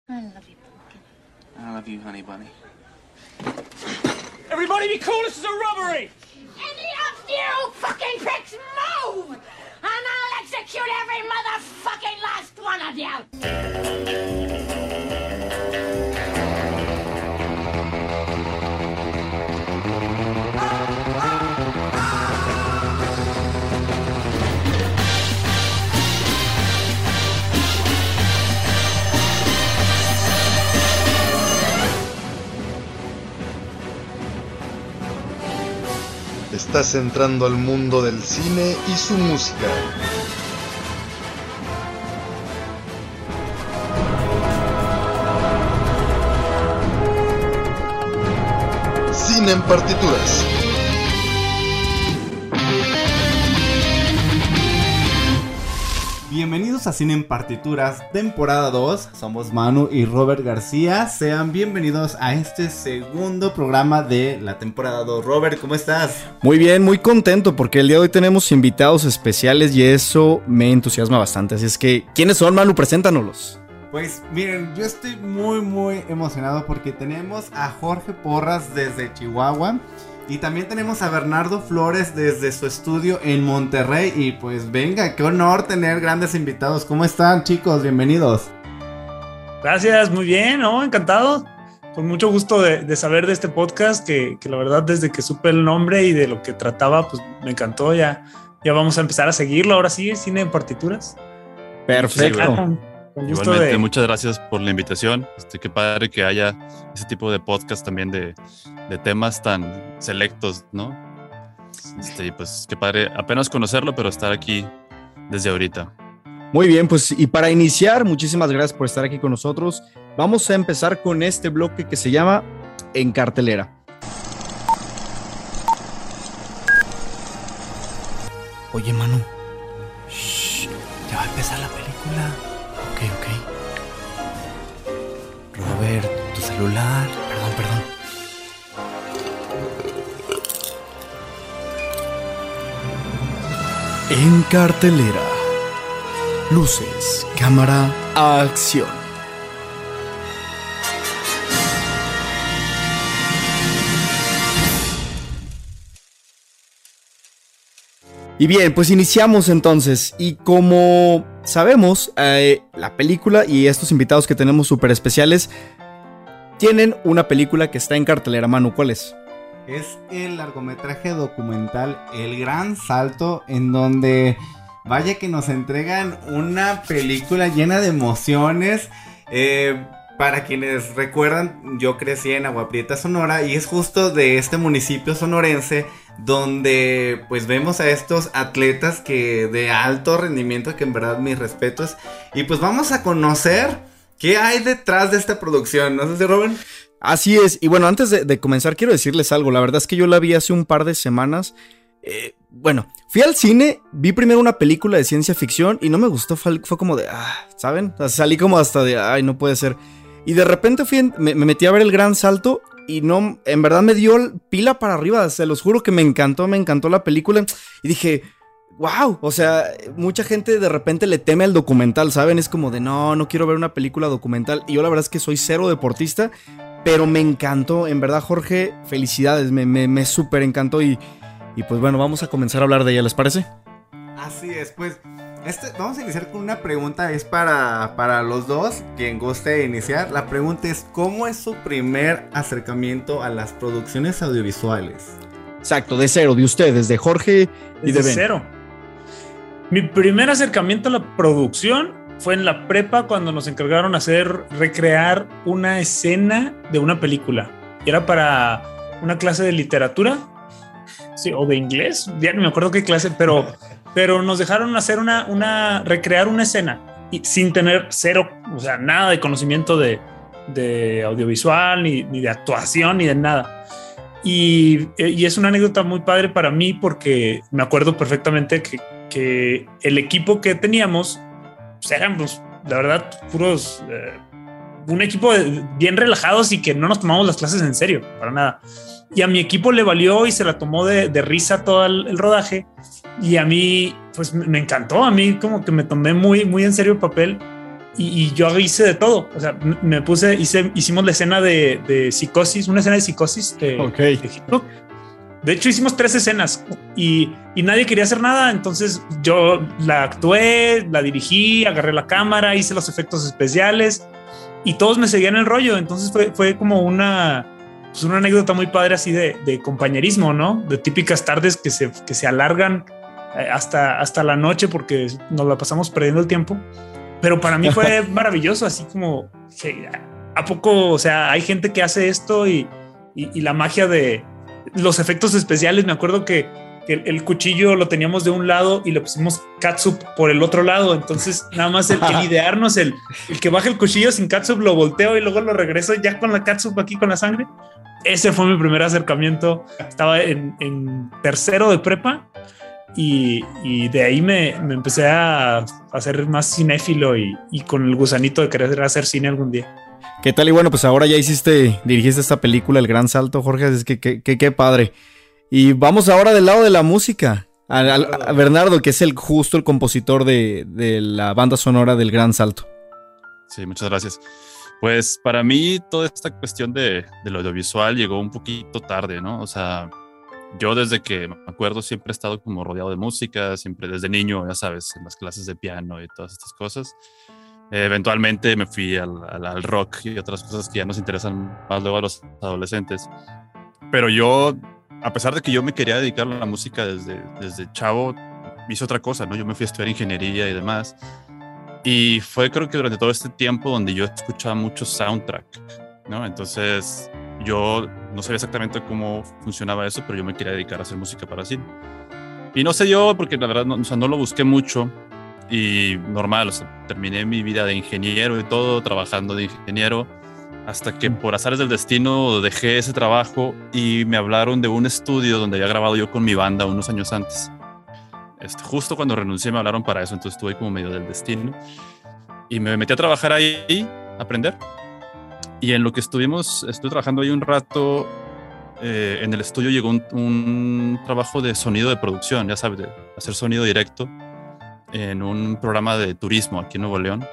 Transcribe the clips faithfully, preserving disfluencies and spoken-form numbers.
I love you, Pumpkin. I love you, honey bunny. Everybody be cool, this is a robbery! Any of you fucking pricks move! And I'll execute every motherfucking last one of you! Estás entrando al mundo del cine y su música. Cine en partituras. Bienvenidos a Cine en Partituras, temporada dos. Somos Manu y Robert García. Sean bienvenidos a este segundo programa de la temporada dos. Robert, ¿cómo estás? Muy bien, muy contento porque el día de hoy tenemos invitados especiales y eso me entusiasma bastante. Así es que, ¿quiénes son, Manu? Preséntanoslos. Pues miren, yo estoy muy muy emocionado porque tenemos a Jorge Porras desde Chihuahua. Y también tenemos a Bernardo Flores desde su estudio en Monterrey. Y pues venga, qué honor tener grandes invitados. ¿Cómo están, chicos? Bienvenidos. Gracias, muy bien, ¿no? Encantado. Con mucho gusto de, de saber de este podcast que, que la verdad desde que supe el nombre y de lo que trataba, pues me encantó. Ya, ya vamos a empezar a seguirlo. Ahora sí, Cine en Partituras. Perfecto. Sí, con, con gusto. Igualmente, de... muchas gracias por la invitación. Este, qué padre que haya ese tipo de podcast también de, de temas tan selectos, ¿no? Este, pues qué padre apenas conocerlo, pero estar aquí desde ahorita. Muy bien, pues y para iniciar, muchísimas gracias por estar aquí con nosotros. Vamos a empezar con este bloque que se llama En Cartelera. Oye, Manu. Shh, ya va a empezar la película. Ok, ok. Robert, tu celular. Perdón, perdón. En cartelera. Luces, cámara, acción. Y bien, pues iniciamos entonces. Y como sabemos, eh, la película y estos invitados que tenemos súper especiales tienen una película que está en cartelera. Manu, ¿cuál es? Es el largometraje documental El Gran Salto, en donde vaya que nos entregan una película llena de emociones. Eh, para quienes recuerdan, yo crecí en Agua Prieta, Sonora, y es justo de este municipio sonorense donde pues vemos a estos atletas que de alto rendimiento, que en verdad mis respetos. Y pues vamos a conocer qué hay detrás de esta producción, ¿no sé si, Robert? Así es, y bueno, antes de, de comenzar quiero decirles algo. La verdad es que yo la vi hace un par de semanas. eh, Bueno, fui al cine, vi primero una película de ciencia ficción y no me gustó, fue, fue como de, ah, ¿saben? O sea, salí como hasta de, ay, no puede ser. Y de repente fui, en, me, me metí a ver El Gran Salto y no, en verdad me dio pila para arriba, se los juro que me encantó, me encantó la película. Y dije, wow, o sea, mucha gente de repente le teme al documental, ¿saben? Es como de, no, no quiero ver una película documental. Y yo la verdad es que soy cero deportista, pero me encantó, en verdad, Jorge, felicidades, me, me, me súper encantó y, y pues bueno, vamos a comenzar a hablar de ella, ¿les parece? Así es, pues este, vamos a iniciar con una pregunta, es para, para los dos, quien guste iniciar. La pregunta es, ¿cómo es su primer acercamiento a las producciones audiovisuales? Exacto, de cero, de ustedes, de Jorge y de Ben. De cero. Mi primer acercamiento a la producción fue en la prepa cuando nos encargaron hacer, recrear una escena de una película. Y era para una clase de literatura, sí, o de inglés, ya no me acuerdo qué clase, pero, pero nos dejaron hacer una, una, recrear una escena y sin tener cero, o sea, nada de conocimiento de, de audiovisual, ni, ni de actuación, ni de nada. Y, y es una anécdota muy padre para mí porque me acuerdo perfectamente que, que el equipo que teníamos pues eran, pues, la verdad, puros, eh, un equipo de, bien relajados y que no nos tomamos las clases en serio, para nada. Y a mi equipo le valió y se la tomó de, de risa todo el, el rodaje. Y a mí, pues me encantó. A mí como que me tomé muy, muy en serio el papel. y, y yo hice de todo. O sea, me puse, hice, hicimos la escena de, de Psicosis, una escena de Psicosis de, okay. de Hitchcock. De hecho, hicimos tres escenas y, y nadie quería hacer nada. Entonces yo la actué, la dirigí, agarré la cámara, hice los efectos especiales y todos me seguían el rollo. Entonces fue, fue como una, pues una anécdota muy padre así de, de compañerismo, ¿no? De típicas tardes que se, que se alargan hasta, hasta la noche porque nos la pasamos perdiendo el tiempo. Pero para mí fue maravilloso, así como, ¿a poco? O sea, hay gente que hace esto y, y, y la magia de los efectos especiales. Me acuerdo que, que el, el cuchillo lo teníamos de un lado y le pusimos catsup por el otro lado. Entonces, nada más el, el idearnos, el, el que baje el cuchillo sin catsup, lo volteo y luego lo regreso ya con la catsup aquí con la sangre. Ese fue mi primer acercamiento. Estaba en, en tercero de prepa y, y de ahí me, me empecé a hacer más cinéfilo y, y con el gusanito de querer hacer cine algún día. ¿Qué tal? Y bueno, pues ahora ya hiciste, dirigiste esta película, El Gran Salto, Jorge, es que qué padre. Y vamos ahora del lado de la música, a, a, a Bernardo, que es el justo el compositor de, de la banda sonora del Gran Salto. Sí, muchas gracias. Pues para mí toda esta cuestión de, de lo audiovisual llegó un poquito tarde, ¿no? O sea, yo desde que me acuerdo siempre he estado como rodeado de música, siempre desde niño, ya sabes, en las clases de piano y todas estas cosas. Eh, eventualmente me fui al, al, al rock y otras cosas que ya nos interesan más luego a los adolescentes. Pero yo, a pesar de que yo me quería dedicar a la música desde, desde chavo, hice otra cosa, ¿no? Yo me fui a estudiar ingeniería y demás. Y fue creo que durante todo este tiempo donde yo escuchaba mucho soundtrack, ¿no? Entonces yo no sabía exactamente cómo funcionaba eso, pero yo me quería dedicar a hacer música para cine. Y no sé yo, porque la verdad no, o sea, no lo busqué mucho. Y normal, o sea, terminé mi vida de ingeniero y todo, trabajando de ingeniero, hasta que por azares del destino dejé ese trabajo y me hablaron de un estudio donde había grabado yo con mi banda unos años antes. Este, justo cuando renuncié me hablaron para eso, entonces estuve como medio del destino. Y me metí a trabajar ahí, a aprender. Y en lo que estuvimos, estuve trabajando ahí un rato, eh, en el estudio llegó un, un trabajo de sonido de producción, ya sabes, de hacer sonido directo en un programa de turismo aquí en Nuevo León.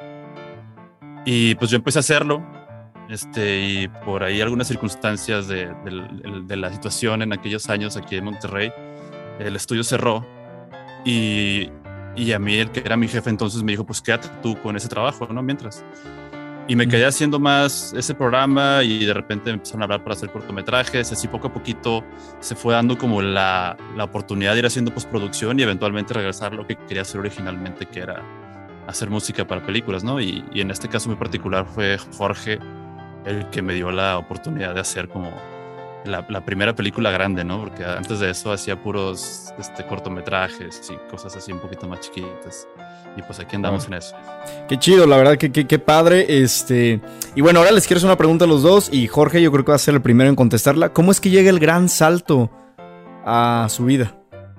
Y pues yo empecé a hacerlo, este, y por ahí algunas circunstancias de, de, de la situación en aquellos años aquí en Monterrey, el estudio cerró y, y a mí, el que era mi jefe entonces, me dijo, pues quédate tú con ese trabajo, ¿no? Mientras. Y me quedé haciendo más ese programa y de repente me empezaron a hablar para hacer cortometrajes. Así poco a poquito se fue dando como la, la oportunidad de ir haciendo postproducción y eventualmente regresar a lo que quería hacer originalmente, que era hacer música para películas, ¿no? Y, y en este caso muy particular fue Jorge el que me dio la oportunidad de hacer como la, la primera película grande, ¿no? Porque antes de eso hacía puros este, cortometrajes y cosas así un poquito más chiquitas. Y pues aquí andamos en eso. Qué chido, la verdad, que qué, qué padre. Este, y bueno, ahora les quiero hacer una pregunta a los dos. Y Jorge, yo creo que va a ser el primero en contestarla. ¿Cómo es que llega el gran salto a su vida?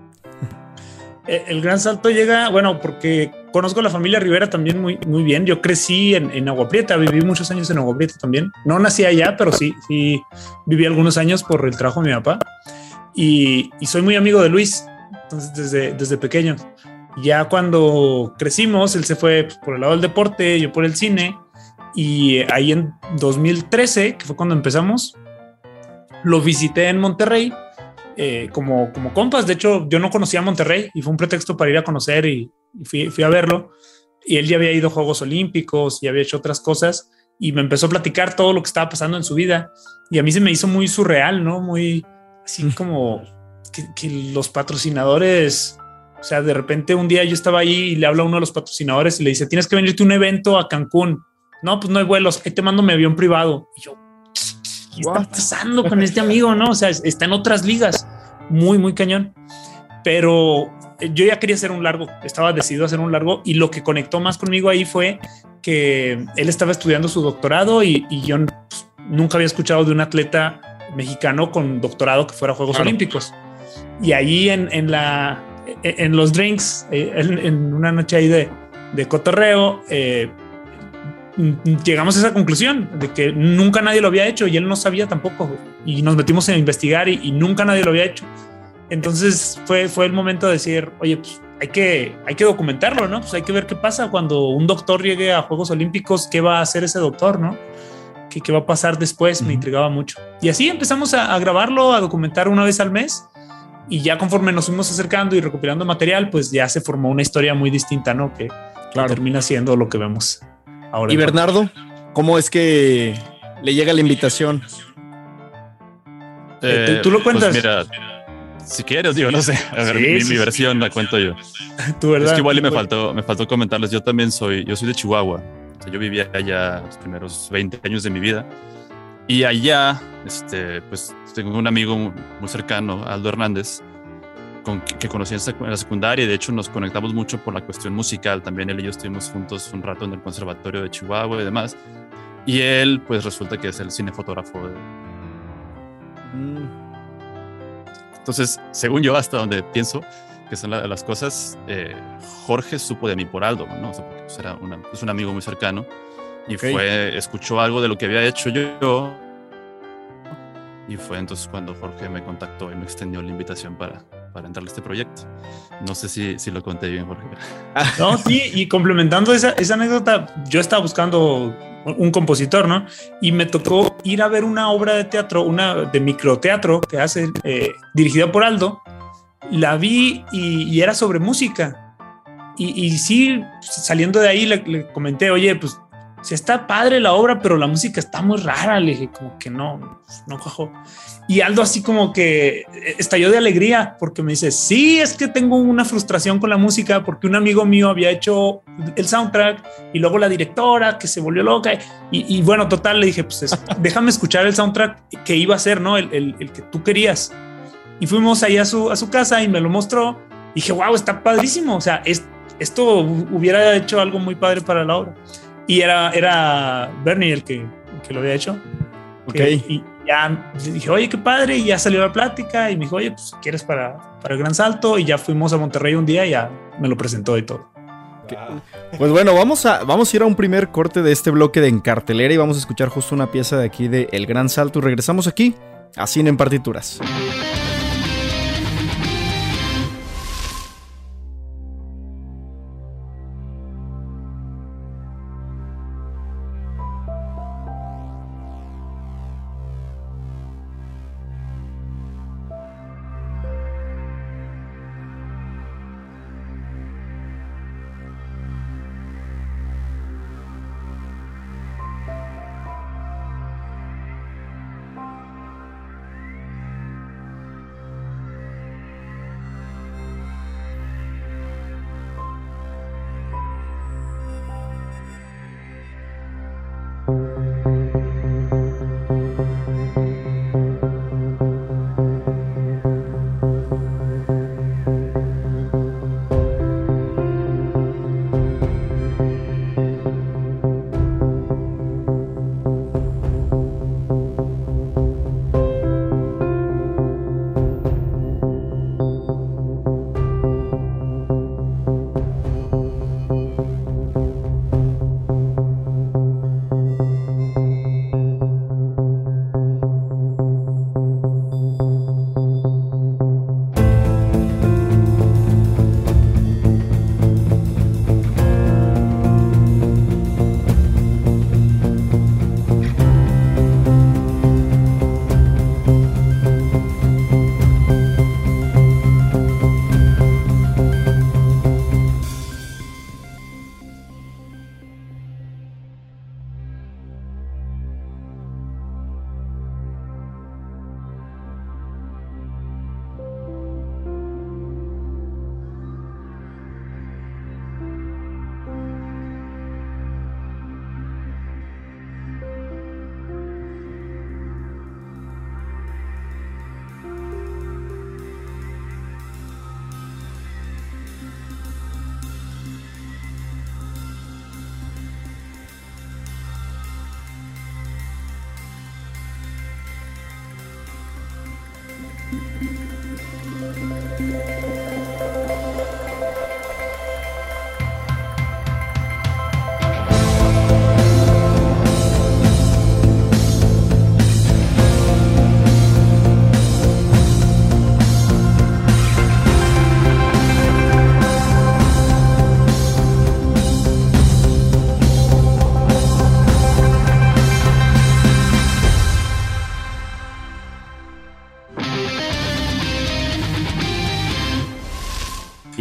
El gran salto llega, bueno, porque conozco a la familia Rivera también muy, muy bien. Yo crecí en, en Agua Prieta, viví muchos años en Agua Prieta también. No nací allá, pero sí, sí viví algunos años por el trabajo de mi papá. Y, y soy muy amigo de Luis, entonces desde, desde pequeño. Ya cuando crecimos, él se fue por el lado del deporte, yo por el cine. Y ahí en dos mil trece, que fue cuando empezamos, lo visité en Monterrey. Eh, como, como compas. De hecho, yo no conocía Monterrey y fue un pretexto para ir a conocer y, y fui, fui a verlo. Y él ya había ido a Juegos Olímpicos y había hecho otras cosas y me empezó a platicar todo lo que estaba pasando en su vida. Y a mí se me hizo muy surreal, ¿no? Muy así como que, que los patrocinadores, o sea, de repente un día yo estaba ahí y le habla a uno de los patrocinadores y le dice, tienes que venirte a un evento a Cancún. No, pues no hay vuelos, ahí te mando mi avión privado. Y yo, ¿qué está pasando con este amigo? No, o sea, está en otras ligas, muy, muy cañón. Pero yo ya quería hacer un largo, estaba decidido a hacer un largo y lo que conectó más conmigo ahí fue que él estaba estudiando su doctorado y, y yo pues, nunca había escuchado de un atleta mexicano con doctorado que fuera a Juegos claro. Olímpicos. Y ahí en, en, la, en los drinks, en, en una noche ahí de, de cotorreo, eh, llegamos a esa conclusión de que nunca nadie lo había hecho y él no sabía tampoco y nos metimos a investigar y, y nunca nadie lo había hecho. Entonces fue, fue el momento de decir, oye, pues hay que, hay que documentarlo, ¿no? Pues hay que ver qué pasa cuando un doctor llegue a Juegos Olímpicos, qué va a hacer ese doctor, ¿no? ¿Qué, qué va a pasar después? Uh-huh. Me intrigaba mucho. Y así empezamos a, a grabarlo, a documentar una vez al mes. Y ya conforme nos fuimos acercando y recopilando material, pues ya se formó una historia muy distinta, ¿no? Que, claro, que termina siendo lo que vemos ahora. Y Bernardo, ¿cómo es que le llega la invitación? Eh, ¿Tú, ¿Tú lo cuentas? Pues mira, si quieres, digo, no sé. A ver, sí, mi, sí, mi versión sí. La cuento yo. ¿Tú, verdad? Es que igual y me faltó, me faltó comentarles. Yo también soy, yo soy de Chihuahua. O sea, yo vivía allá los primeros veinte años de mi vida. Y allá, este, pues tengo un amigo muy cercano, Aldo Hernández, con, que conocí en la secundaria, y de hecho nos conectamos mucho por la cuestión musical. También él y yo estuvimos juntos un rato en el Conservatorio de Chihuahua y demás. Y él, pues resulta que es el cinefotógrafo de... Entonces, según yo, hasta donde pienso que son la, las cosas, eh, Jorge supo de mí por Aldo, ¿no? O sea, porque pues, era una, es un amigo muy cercano y okay. fue, escuchó algo de lo que había hecho yo, y fue entonces cuando Jorge me contactó y me extendió la invitación para, para entrar a este proyecto. No sé si, si lo conté bien, Jorge. No, sí, y complementando esa, esa anécdota, yo estaba buscando un compositor, ¿no? Y me tocó ir a ver una obra de teatro, una de microteatro que hace, eh, dirigida por Aldo. La vi y, y era sobre música. Y, y sí, saliendo de ahí le, le comenté, oye, pues sí está padre la obra, pero la música está muy rara. Le dije, como que no, no cuajó. Y Aldo así como que estalló de alegría porque me dice, sí, es que tengo una frustración con la música porque un amigo mío había hecho el soundtrack y luego la directora que se volvió loca. Y, y bueno, total, le dije, pues es, déjame escuchar el soundtrack que iba a ser, ¿no? El, el, el que tú querías. Y fuimos ahí a su, a su casa y me lo mostró. Y dije, wow, está padrísimo. O sea, es, esto hubiera hecho algo muy padre para la obra. Y era, era Bernie el que, el que lo había hecho. Ok. Que, y ya dije, oye, qué padre. Y ya salió la plática y me dijo, oye, pues ¿quieres para, para el Gran Salto? Y ya fuimos a Monterrey un día y ya me lo presentó y todo. Pues bueno, vamos a, vamos a ir a un primer corte de este bloque de En Cartelera y vamos a escuchar justo una pieza de aquí de El Gran Salto. Y regresamos aquí a Cine en Partituras.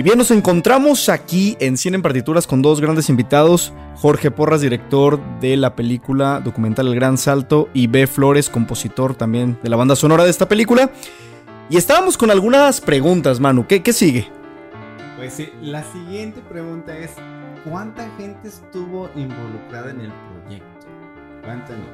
Y bien, nos encontramos aquí en Cine en Partituras con dos grandes invitados. Jorge Porras, director de la película documental El Gran Salto, y B. Flores, compositor también de la banda sonora de esta película. Y estábamos con algunas preguntas, Manu. ¿Qué, qué sigue? Pues sí, la siguiente pregunta es: ¿cuánta gente estuvo involucrada en el proyecto? Cuéntanos,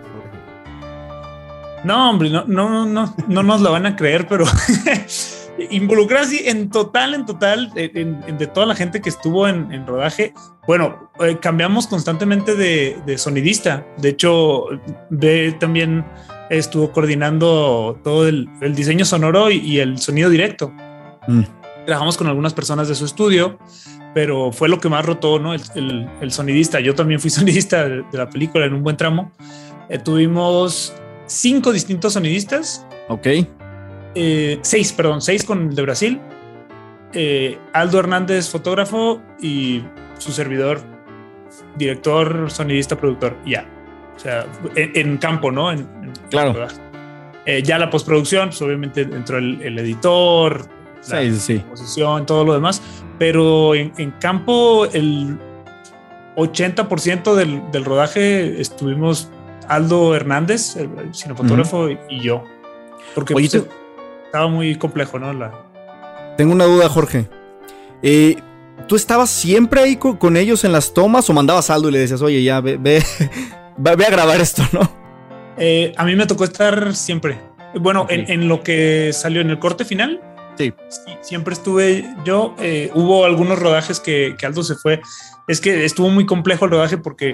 Jorge. No, hombre, no, no, no, no nos lo van a creer, pero involucrar así en total, en total, en, en, de toda la gente que estuvo en, en rodaje. Bueno, eh, cambiamos constantemente de, de sonidista. De hecho, B también estuvo coordinando todo el, el diseño sonoro y, y el sonido directo. Mm. Trabajamos con algunas personas de su estudio, pero fue lo que más rotó, ¿no? El, el, el sonidista. Yo también fui sonidista de, de la película en un buen tramo. Eh, tuvimos cinco distintos sonidistas. Ok. Eh, seis, perdón, seis con el de Brasil. Eh, Aldo Hernández, fotógrafo, y su servidor, director, sonidista, productor. Ya. O sea, en, en campo, ¿no? En, en claro. Eh, ya la postproducción, pues obviamente entró el, el editor, la sí, sí. composición, todo lo demás. Pero en, en campo, el ochenta por ciento del, del rodaje estuvimos Aldo Hernández, el cinefotógrafo, uh-huh. y yo. Porque Oye, pues, tú... estaba muy complejo, ¿no? La... Tengo una duda, Jorge. Eh, ¿Tú estabas siempre ahí con, con ellos en las tomas o mandabas a Aldo y le decías, oye, ya, ve, ve, ve a grabar esto, ¿no? Eh, a mí me tocó estar siempre. Bueno, okay. en, en lo que salió en el corte final, sí. sí siempre estuve yo. Eh, hubo algunos rodajes que, que Aldo se fue. Es que estuvo muy complejo el rodaje porque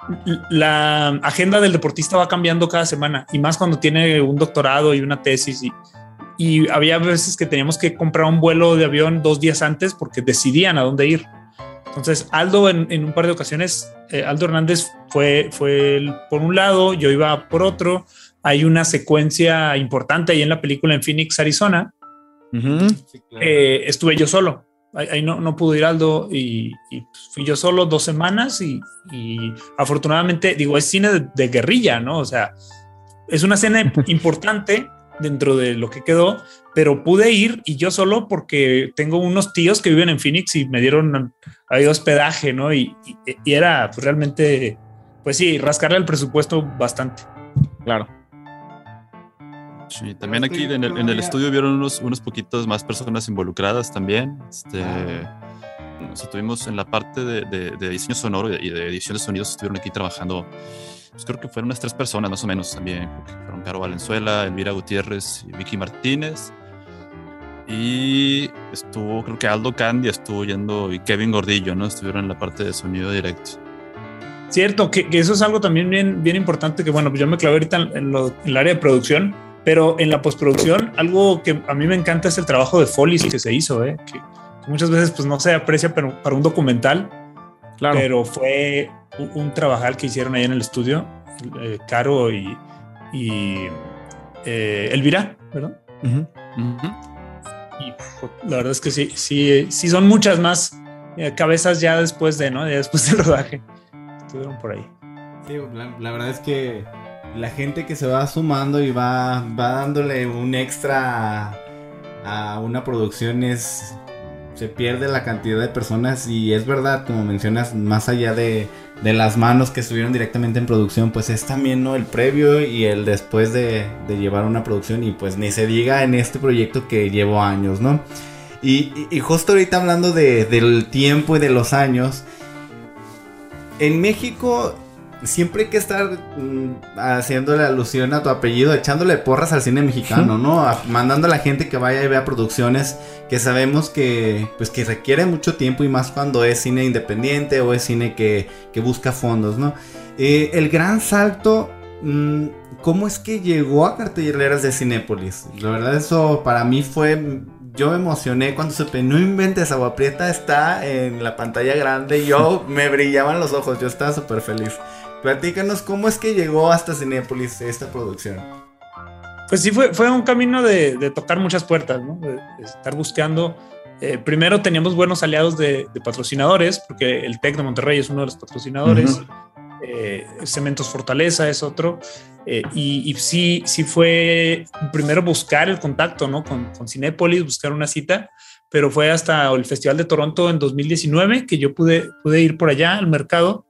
la agenda del deportista va cambiando cada semana, y más cuando tiene un doctorado y una tesis, y, y había veces que teníamos que comprar un vuelo de avión dos días antes porque decidían a dónde ir. Entonces Aldo en, en un par de ocasiones, eh, Aldo Hernández fue, fue el, por un lado, yo iba por otro. Hay una secuencia importante ahí en la película en Phoenix, Arizona. Uh-huh. Sí, claro. eh, estuve yo solo. Ahí, ahí no, no pudo ir Aldo, y, y fui yo solo dos semanas y, y afortunadamente, digo, es cine de, de guerrilla, ¿no? O sea, es una escena importante dentro de lo que quedó, pero pude ir y yo solo porque tengo unos tíos que viven en Phoenix y me dieron ahí hospedaje, ¿no? Y, y, y era pues, realmente, pues sí, rascarle el presupuesto bastante. Claro. Sí, también aquí en el, en el estudio vieron unos, unos poquitos más personas involucradas también. Este, o sea, tuvimos en la parte de, de, de diseño sonoro y de edición de sonidos, estuvieron aquí trabajando, pues creo que fueron unas tres personas más o menos también. Fueron Caro Valenzuela, Elvira Gutiérrez y Vicky Martínez. Y estuvo, creo que Aldo Candia estuvo yendo, y Kevin Gordillo, ¿no? Estuvieron en la parte de sonido directo. Cierto, que, que eso es algo también bien, bien importante, que bueno, pues yo me clavé ahorita en, en, lo, en el área de producción. Pero en la postproducción, algo que a mí me encanta es el trabajo de Follies que se hizo, ¿eh? que, que muchas veces pues, no se aprecia pero para un documental, claro. Pero fue un, un trabajal que hicieron ahí en el estudio, eh, Caro y, y eh, Elvira, ¿verdad? Uh-huh. Uh-huh. Y pues, la verdad es que sí, sí, sí son muchas más eh, cabezas ya después de, ¿no? Ya después del rodaje, estuvieron por ahí. Sí, la, la verdad es que la gente que se va sumando y va, va dándole un extra a, a una producción, es se pierde la cantidad de personas. Y es verdad, como mencionas, más allá de, de las manos que estuvieron directamente en producción, pues es también, ¿no?, el previo y el después de, de llevar una producción. Y pues ni se diga en este proyecto que llevo años, ¿no? Y, y, y justo ahorita hablando de, del tiempo y de los años, en México siempre hay que estar mm, haciéndole alusión a tu apellido, echándole porras al cine mexicano, ¿no? A, mandando a la gente que vaya y vea producciones que sabemos que, pues, que requiere mucho tiempo, y más cuando es cine independiente o es cine que, que busca fondos, ¿no? Eh, el Gran Salto, mm, ¿cómo es que llegó a carteleras de Cinépolis? La verdad, eso para mí fue... Yo me emocioné cuando supe, no inventes, Agua Prieta está en la pantalla grande. Yo me brillaban los ojos, yo estaba súper feliz. Platícanos cómo es que llegó hasta Cinépolis esta producción. Pues sí, fue, fue un camino de, de tocar muchas puertas, ¿no? De, de estar buscando. Eh, primero teníamos buenos aliados de, de patrocinadores, porque el TEC de Monterrey es uno de los patrocinadores. Uh-huh. eh, Cementos Fortaleza es otro. Eh, y, y sí, sí fue primero buscar el contacto, ¿no? Con, con Cinépolis, buscar una cita, pero fue hasta el Festival de Toronto en dos mil diecinueve que yo pude, pude ir por allá al mercado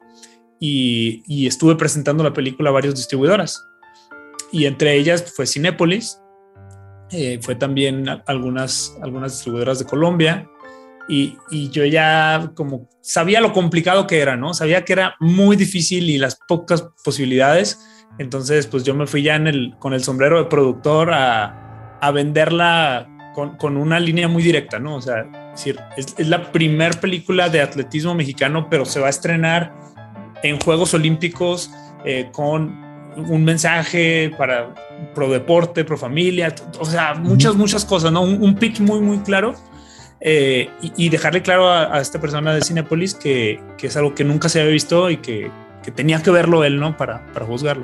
y, y estuve presentando la película a varias distribuidoras. Y entre ellas fue Cinépolis, eh, fue también algunas, algunas distribuidoras de Colombia. Y, y yo ya como sabía lo complicado que era, ¿no? Sabía que era muy difícil y las pocas posibilidades. Entonces, pues yo me fui ya en el, con el sombrero de productor a, a venderla con, con una línea muy directa, ¿no? O sea, es, decir, es, es la primer película de atletismo mexicano, pero se va a estrenar en Juegos Olímpicos eh, con un mensaje para pro deporte, pro familia, o sea, muchas, muchas cosas, ¿no? Un, un pitch muy, muy claro. Eh, y, y dejarle claro a, a esta persona de Cinépolis que, que es algo que nunca se había visto y que, que tenía que verlo él, ¿no? Para, para juzgarlo.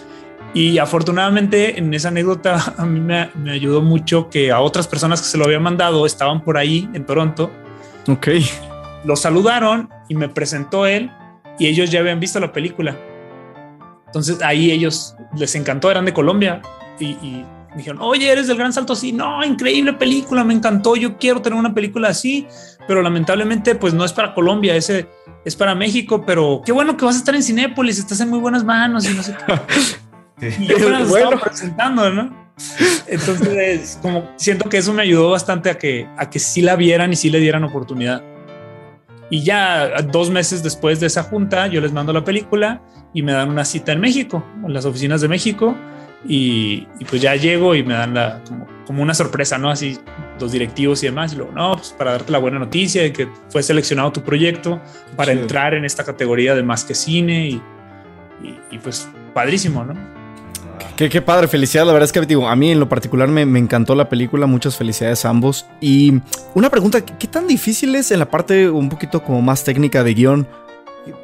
Y afortunadamente en esa anécdota a mí me, me ayudó mucho que a otras personas que se lo habían mandado estaban por ahí en Toronto. Ok. Lo saludaron y me presentó él y ellos ya habían visto la película. Entonces ahí ellos les encantó, eran de Colombia y, y dijeron, oye, ¿eres del Gran Salto? Sí, no, increíble película, me encantó, yo quiero tener una película así, pero lamentablemente pues no es para Colombia, ese es para México, pero qué bueno que vas a estar en Cinépolis, estás en muy buenas manos y no sé qué. Y yo apenas bueno. estaba presentando, ¿no? Entonces, como siento que eso me ayudó bastante a que, a que sí la vieran y sí le dieran oportunidad. Y ya dos meses después de esa junta, yo les mando la película y me dan una cita en México, en las oficinas de México. Y, y pues ya llego y me dan la, como, como una sorpresa, ¿no? Así los directivos y demás. Y luego, no, pues para darte la buena noticia de que fue seleccionado tu proyecto para sí. entrar en esta categoría de Más que Cine. Y, y, y pues padrísimo, ¿no? Qué, qué padre, felicidades. La verdad es que digo, a mí en lo particular me, me encantó la película. Muchas felicidades a ambos. Y una pregunta, ¿qué tan difícil es en la parte un poquito como más técnica de guión? Eh,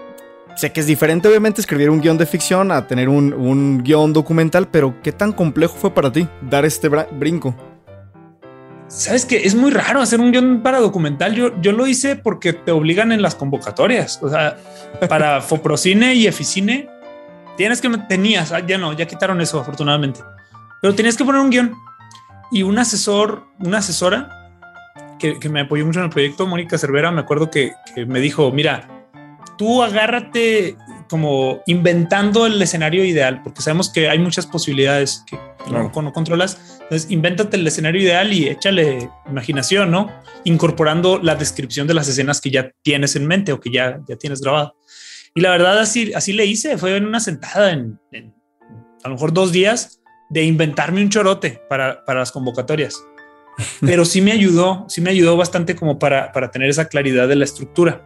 Sé que es diferente, obviamente, escribir un guión de ficción a tener un, un guión documental, pero ¿qué tan complejo fue para ti dar este bra- brinco? Sabes que es muy raro hacer un guión para documental. Yo, yo lo hice porque te obligan en las convocatorias. O sea, para Foprocine y Eficine tienes que tenías, ya no, ya quitaron eso afortunadamente, pero tenías que poner un guión y un asesor, una asesora que, que me apoyó mucho en el proyecto, Mónica Cervera, me acuerdo que, que me dijo, mira, tú agárrate como inventando el escenario ideal, porque sabemos que hay muchas posibilidades que claro. no, no controlas. Entonces, invéntate el escenario ideal y échale imaginación, ¿no? Incorporando la descripción de las escenas que ya tienes en mente o que ya, ya tienes grabado. Y la verdad, así, así le hice. Fue en una sentada, en, en a lo mejor dos días, de inventarme un chorote para, para las convocatorias. Pero sí me ayudó, sí me ayudó bastante como para, para tener esa claridad de la estructura.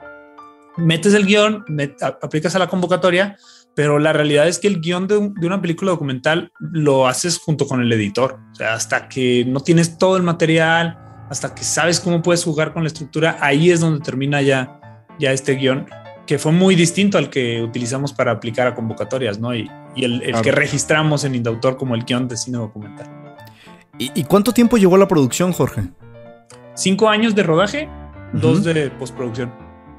Metes el guión, met, aplicas a la convocatoria, pero la realidad es que el guión de, un, de una película documental lo haces junto con el editor. O sea, hasta que no tienes todo el material, hasta que sabes cómo puedes jugar con la estructura, ahí es donde termina ya, ya este guión, que fue muy distinto al que utilizamos para aplicar a convocatorias, ¿no? Y, y el, el claro. que registramos en Indautor como el guión de cine documental. ¿Y, ¿Y cuánto tiempo llevó la producción, Jorge? Cinco años de rodaje, uh-huh. dos de postproducción.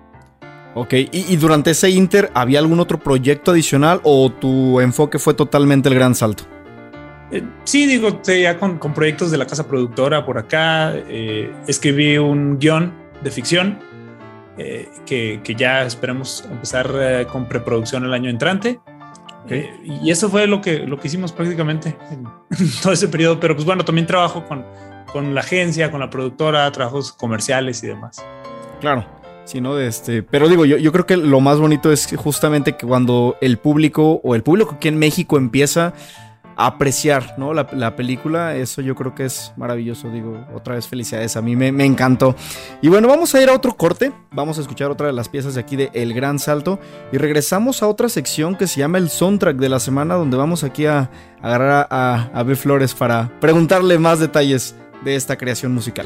Ok, ¿Y, ¿y durante ese inter había algún otro proyecto adicional o tu enfoque fue totalmente el Gran Salto? Eh, sí, digo, ya con, con proyectos de la casa productora por acá, eh, escribí un guión de ficción eh, que, que ya esperamos empezar eh, con preproducción el año entrante. Okay. Eh, y eso fue lo que, lo que hicimos prácticamente en, en todo ese periodo, pero pues bueno, también trabajo con, con la agencia, con la productora, trabajos comerciales y demás. Claro. Sí, ¿no? Este, pero digo, yo, yo creo que lo más bonito es justamente que cuando el público o el público aquí en México empieza a apreciar, ¿no? la, la película, eso yo creo que es maravilloso. Digo, otra vez felicidades, a mí me, me encantó. Y bueno, vamos a ir a otro corte, vamos a escuchar otra de las piezas de aquí de El Gran Salto y regresamos a otra sección que se llama el soundtrack de la semana, donde vamos aquí a, a agarrar a, a, a B. Flores para preguntarle más detalles de esta creación musical.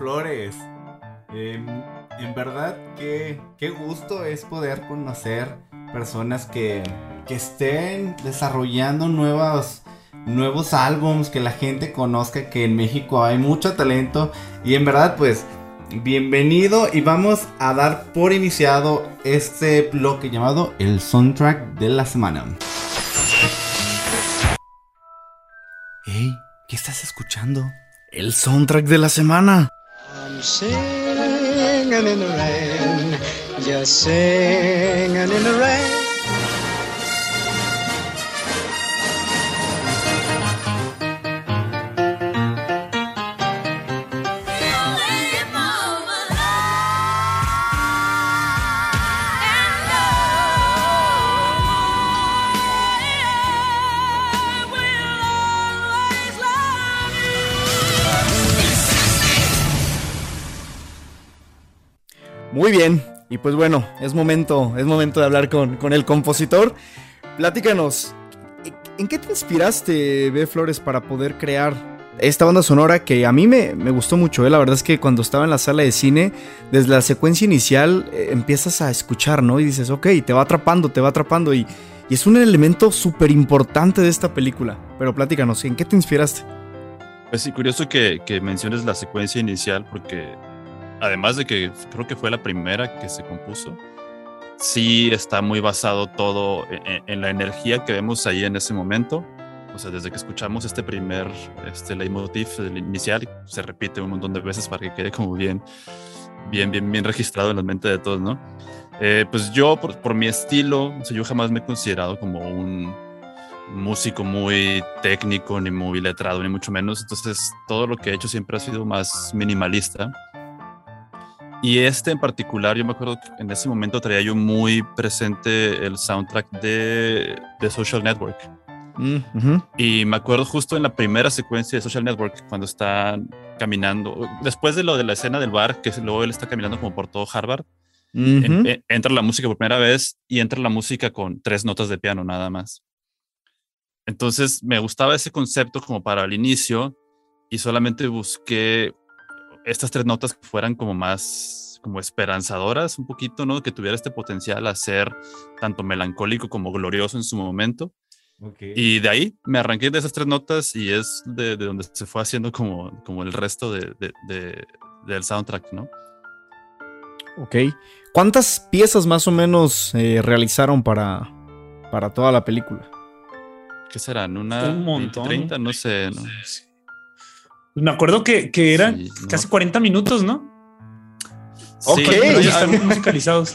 Flores. Eh, en verdad, qué, qué gusto es poder conocer personas que, que estén desarrollando nuevos, nuevos álbums, que la gente conozca que en México hay mucho talento. Y en verdad, pues, bienvenido y vamos a dar por iniciado este bloque llamado el soundtrack de la semana. Hey, ¿qué estás escuchando? El soundtrack de la semana. I'm singing in the rain, just singing in the rain. Muy bien, y pues bueno, es momento, es momento de hablar con, con el compositor. Platícanos, ¿en qué te inspiraste, B. Flores, para poder crear esta banda sonora que a mí me, me gustó mucho? ¿eh? La verdad es que cuando estaba en la sala de cine, desde la secuencia inicial eh, empiezas a escuchar, ¿no? Y dices, ok, te va atrapando, te va atrapando, y, y es un elemento súper importante de esta película. Pero platícanos, ¿en qué te inspiraste? Pues sí, curioso que, que menciones la secuencia inicial, porque además de que creo que fue la primera que se compuso, sí está muy basado todo en, en la energía que vemos ahí en ese momento. O sea, desde que escuchamos este primer este leitmotiv el inicial, se repite un montón de veces para que quede como bien, bien, bien, bien registrado en la mente de todos, ¿no? Eh, pues yo, por, por mi estilo, o sea, yo jamás me he considerado como un músico muy técnico, ni muy letrado, ni mucho menos. Entonces, todo lo que he hecho siempre ha sido más minimalista. Y este en particular, yo me acuerdo que en ese momento traía yo muy presente el soundtrack de, de Social Network. Mm, uh-huh. Y me acuerdo justo en la primera secuencia de Social Network, cuando están caminando, después de lo de la escena del bar, que luego él está caminando como por todo Harvard, Uh-huh. en, en, entra la música por primera vez y entra la música con tres notas de piano nada más. Entonces me gustaba ese concepto como para el inicio y solamente busqué estas tres notas que fueran como más como esperanzadoras un poquito, ¿no? Que tuviera este potencial a ser tanto melancólico como glorioso en su momento. Okay. Y de ahí me arranqué de esas tres notas y es de, de donde se fue haciendo como, como el resto de, de, de, del soundtrack, ¿no? Ok. ¿Cuántas piezas más o menos eh, realizaron para, para toda la película? ¿Qué serán? ¿Una Un montón. treinta? No sé, ¿no? Me acuerdo que, que eran Sí, no. casi cuarenta minutos, ¿no? Sí, Ok. pero Ahí ya- están musicalizados.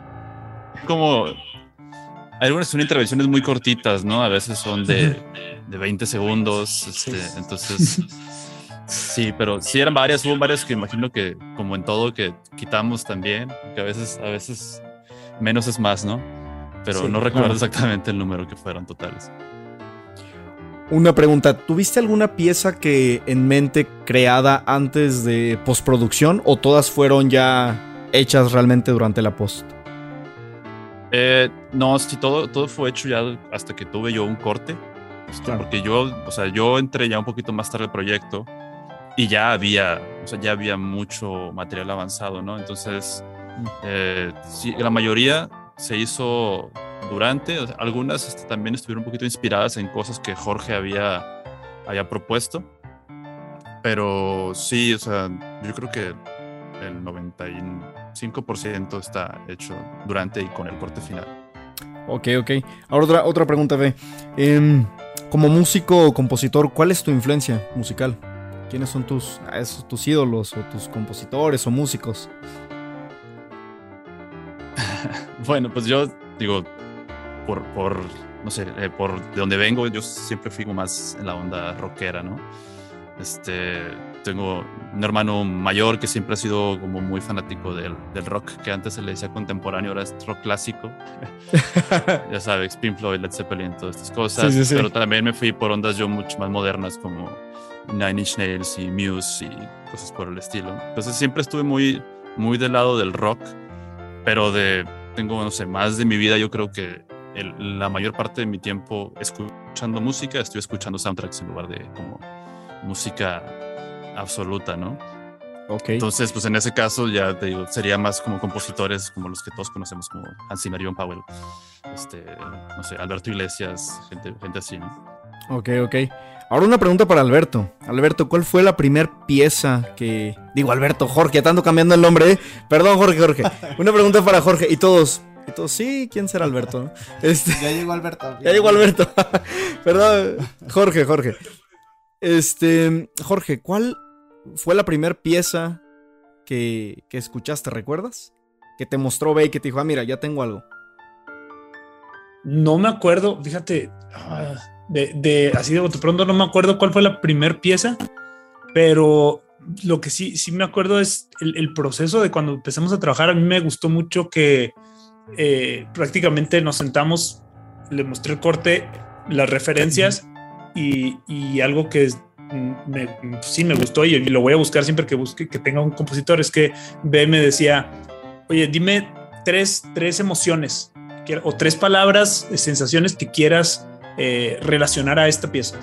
como algunas son intervenciones muy cortitas, ¿no? A veces son de, de veinte segundos, este, entonces sí, pero sí eran varias, hubo varias que imagino que como en todo que quitamos también, que a veces, a veces menos es más, ¿no? Pero Sí, no recuerdo claro. exactamente el número que fueron totales. Una pregunta, ¿tuviste alguna pieza que en mente creada antes de postproducción o todas fueron ya hechas realmente durante la post? Eh, no, sí, todo, todo fue hecho ya hasta que tuve yo un corte, este, Claro. porque yo, o sea, yo entré ya un poquito más tarde al proyecto y ya había, o sea, ya había mucho material avanzado, ¿no? Entonces, eh, sí, la mayoría se hizo durante, o sea, algunas este, también estuvieron un poquito inspiradas en cosas que Jorge había, había propuesto, pero sí, o sea, yo creo que el noventa y cinco por ciento está hecho durante y con el corte final. Ok, ok. Ahora otra, otra pregunta, Fe. Em, como músico o compositor, ¿cuál es tu influencia musical? ¿Quiénes son tus, ah, esos, tus ídolos o tus compositores o músicos? Bueno, pues yo digo, por, por no sé, eh, por de donde vengo, yo siempre fui como más en la onda rockera, ¿no? Este, tengo un hermano mayor que siempre ha sido como muy fanático del, del rock, que antes se le decía contemporáneo, ahora es rock clásico. Ya sabes, Pink Floyd, Led Zeppelin, todas estas cosas. Sí, sí, sí. Pero también me fui por ondas yo mucho más modernas como Nine Inch Nails y Muse y cosas por el estilo. Entonces siempre estuve muy, muy del lado del rock, pero de, tengo, no sé, más de mi vida yo creo que el, la mayor parte de mi tiempo escuchando música, estoy escuchando soundtracks en lugar de como música absoluta, ¿no? Ok. Entonces, pues en ese caso ya te digo, sería más como compositores como los que todos conocemos, como Hans Zimmer, John Powell, este, no sé, Alberto Iglesias, gente, gente así, ¿no? Ok, ok. Ahora una pregunta para Alberto. Alberto, ¿cuál fue la primer pieza que... Digo, Alberto, Jorge, te ando cambiando el nombre, ¿eh? Perdón, Jorge, Jorge. Una pregunta para Jorge. Y todos, y todos, sí, ¿quién será Alberto? ¿No? Este... Ya llegó Alberto. Ya llegó Alberto. Perdón, Jorge, Jorge. Este, Jorge, ¿cuál fue la primera pieza que, que escuchaste, recuerdas? Que te mostró Bey, que te dijo, ah, mira, ya tengo algo. No me acuerdo, fíjate, de, de así de bote pronto no me acuerdo cuál fue la primer pieza, pero lo que sí, sí me acuerdo es el, el proceso de cuando empezamos a trabajar. A mí me gustó mucho que eh, prácticamente nos sentamos, le mostré el corte, las referencias y, y algo que es, me, sí me gustó y lo voy a buscar siempre que busque que tenga un compositor. Es que B me decía, oye, dime tres, tres emociones o tres palabras, sensaciones que quieras eh, relacionar a esta pieza.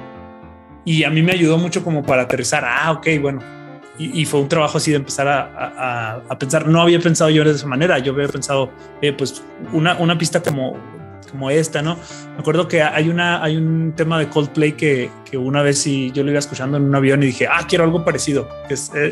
Y a mí me ayudó mucho como para aterrizar. Ah, ok, bueno. Y, y fue un trabajo así de empezar a, a, a pensar. No había pensado yo de esa manera. Yo había pensado, eh, pues, una, una pista como, como esta, ¿no? Me acuerdo que hay, una, hay un tema de Coldplay que, que una vez sí, yo lo iba escuchando en un avión y dije, ah, quiero algo parecido. Que es eh,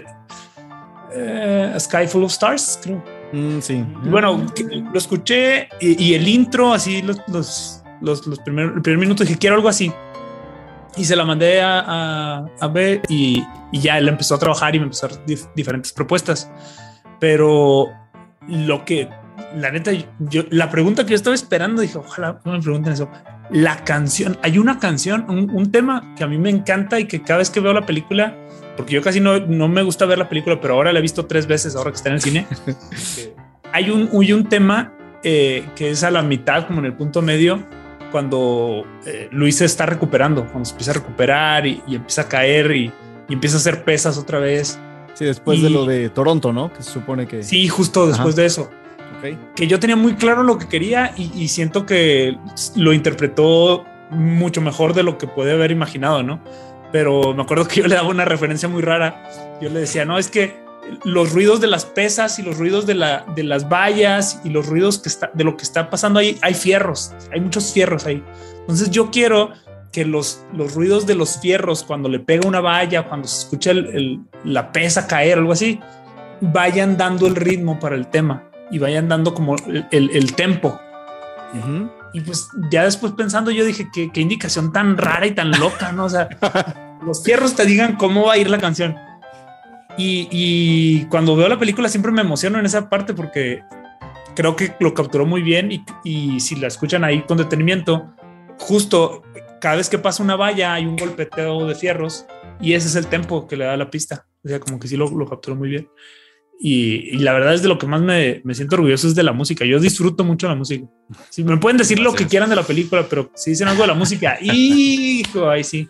eh, A Sky Full of Stars, creo. Mm, sí. Bueno, lo escuché y, y el intro, así, los, los, los, los primeros, el primer minuto dije, quiero algo así. Y se la mandé a, a, a B y, y ya él empezó a trabajar y me empezó a hacer dif- diferentes propuestas. Pero lo que, la neta, yo, la pregunta que yo estaba esperando, dije, ojalá no me pregunten eso. La canción, hay una canción, un, un tema que a mí me encanta y que cada vez que veo la película, porque yo casi no, no me gusta ver la película, pero ahora la he visto tres veces, ahora que está en el cine. hay, un, hay un tema eh, que es a la mitad, como en el punto medio, cuando eh, Luis se está recuperando, cuando se empieza a recuperar y, y empieza a caer y, y empieza a hacer pesas otra vez. Sí, después y, de lo de Toronto, ¿no? Que se supone que... Sí, justo después Ajá. de eso. Okay. Que yo tenía muy claro lo que quería y, y siento que lo interpretó mucho mejor de lo que podía haber imaginado, ¿no? Pero me acuerdo que yo le daba una referencia muy rara. Yo le decía, no, es que los ruidos de las pesas y los ruidos de, la, de las vallas y los ruidos que está, de lo que está pasando ahí, hay fierros, hay muchos fierros ahí. Entonces yo quiero que los, los ruidos de los fierros, cuando le pega una valla, cuando se escucha el, el, la pesa caer o algo así, vayan dando el ritmo para el tema y vayan dando como el, el, el tempo. Uh-huh. Y pues ya después pensando yo dije, qué, qué indicación tan rara y tan loca, ¿no? O sea, los fierros te digan cómo va a ir la canción. Y, y cuando veo la película siempre me emociono en esa parte porque creo que lo capturó muy bien y, y si la escuchan ahí con detenimiento, justo cada vez que pasa una valla hay un golpeteo de fierros y ese es el tempo que le da la pista. O sea, como que sí lo, lo capturó muy bien. Y, y la verdad es de lo que más me, me siento orgulloso es de la música. Yo disfruto mucho la música. Sí, me pueden decir Gracias. Lo que quieran de la película, pero si dicen algo de la música, hijo, ahí sí.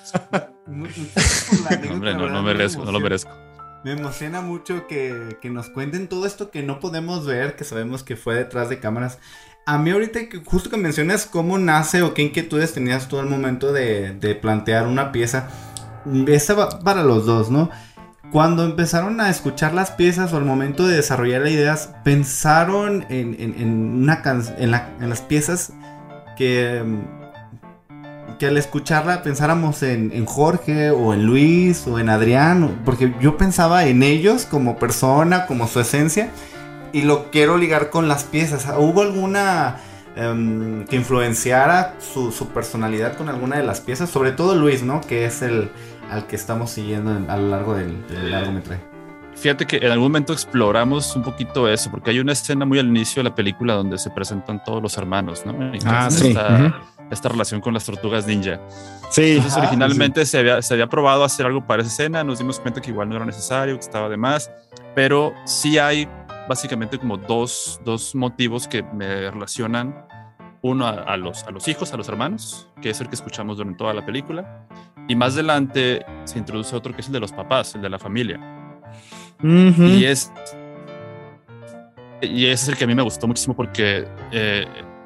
Hombre, no, no merezco, no lo merezco. Me emociona mucho que, que nos cuenten todo esto que no podemos ver, que sabemos que fue detrás de cámaras. A mí ahorita, que justo que mencionas cómo nace o qué inquietudes tenías tú al momento de, de plantear una pieza, esa va para los dos, ¿no? Cuando empezaron a escuchar las piezas o al momento de desarrollar las ideas, pensaron en, en, en, una can- en, la, en las piezas que... que al escucharla pensáramos en, en Jorge o en Luis o en Adrián, porque yo pensaba en ellos como persona, como su esencia, y lo quiero ligar con las piezas. ¿Hubo alguna um, que influenciara su, su personalidad con alguna de las piezas? Sobre todo Luis, ¿no? Que es el al que estamos siguiendo en, a lo largo del, del largometraje. Fíjate que en algún momento exploramos un poquito eso, porque hay una escena muy al inicio de la película donde se presentan todos los hermanos, ¿no? Entonces, ah, sí. Esta, uh-huh. esta relación con las tortugas ninja. Sí. Entonces, ah, originalmente sí. se, había, se había probado hacer algo para esa escena, nos dimos cuenta que igual no era necesario, que estaba de más, pero sí hay básicamente como dos, dos motivos que me relacionan. Uno a, a, los, a los hijos, a los hermanos, que es el que escuchamos durante toda la película. Y más adelante se introduce otro que es el de los papás, el de la familia. Uh-huh. Y, es, y ese es el que a mí me gustó muchísimo porque eh,